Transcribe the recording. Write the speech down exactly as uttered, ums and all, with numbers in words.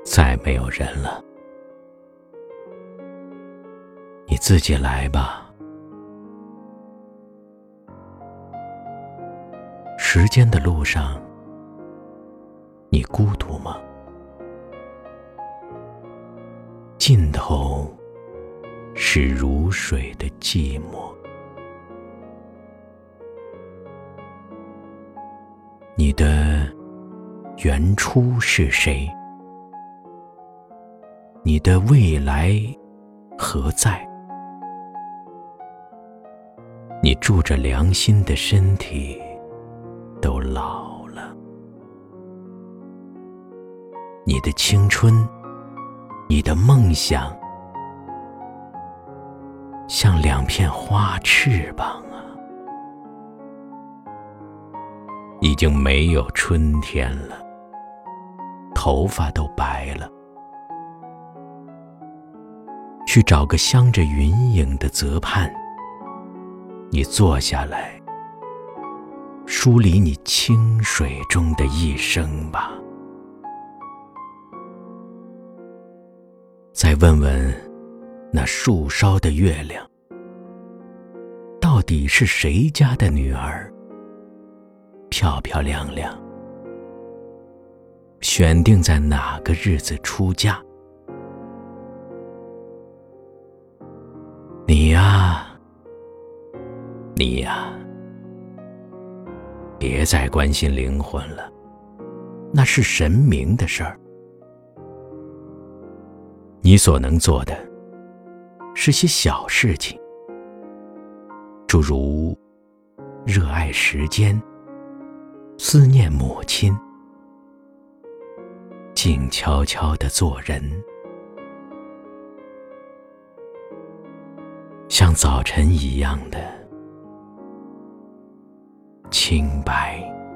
再没有人了，你自己来吧。时间的路上，你孤独吗？尽头是如水的寂寞。你的原初是谁？你的未来何在？你住着良心的身体都老了，你的青春，你的梦想，像两片花翅膀啊，已经没有春天了，头发都白了。去找个镶着云影的泽畔，你坐下来，梳理你清水中的一生吧。再问问那树梢的月亮，到底是谁家的女儿？漂漂亮亮，选定在哪个日子出嫁？你呀，你呀，别再关心灵魂了，那是神明的事儿。你所能做的是些小事情，诸如热爱时间，思念母亲，静悄悄地做人，像早晨一样的清白。